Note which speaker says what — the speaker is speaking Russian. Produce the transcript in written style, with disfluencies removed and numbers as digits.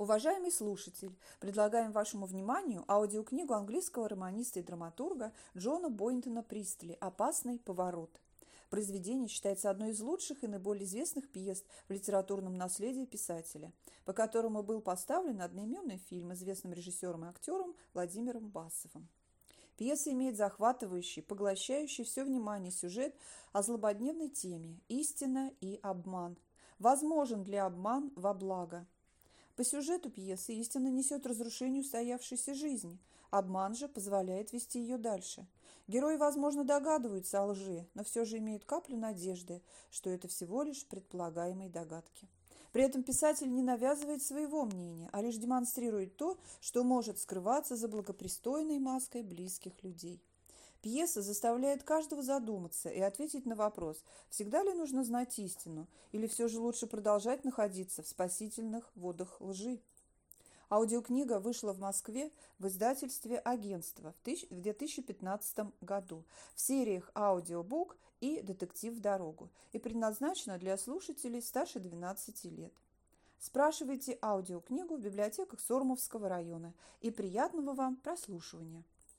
Speaker 1: Уважаемый слушатель, предлагаем вашему вниманию аудиокнигу английского романиста и драматурга Джона Бойнтона Пристли «Опасный поворот». Произведение считается одной из лучших и наиболее известных пьес в литературном наследии писателя, по которому был поставлен одноименный фильм известным режиссером и актером Владимиром Басовым. Пьеса имеет захватывающий, поглощающий все внимание сюжет о злободневной теме «Истина и обман». Возможен ли обман во благо? По сюжету пьесы истина несет разрушение устоявшейся жизни, обман же позволяет вести ее дальше. Герои, возможно, догадываются о лжи, но все же имеют каплю надежды, что это всего лишь предполагаемые догадки. При этом писатель не навязывает своего мнения, а лишь демонстрирует то, что может скрываться за благопристойной маской близких людей. Пьеса заставляет каждого задуматься и ответить на вопрос, всегда ли нужно знать истину, или все же лучше продолжать находиться в спасительных водах лжи. Аудиокнига вышла в Москве в издательстве «Агентство» в 2015 году в сериях «Аудиобук» и «Детектив в дорогу» и предназначена для слушателей старше 12 лет. Спрашивайте аудиокнигу в библиотеках Сормовского района и приятного вам прослушивания.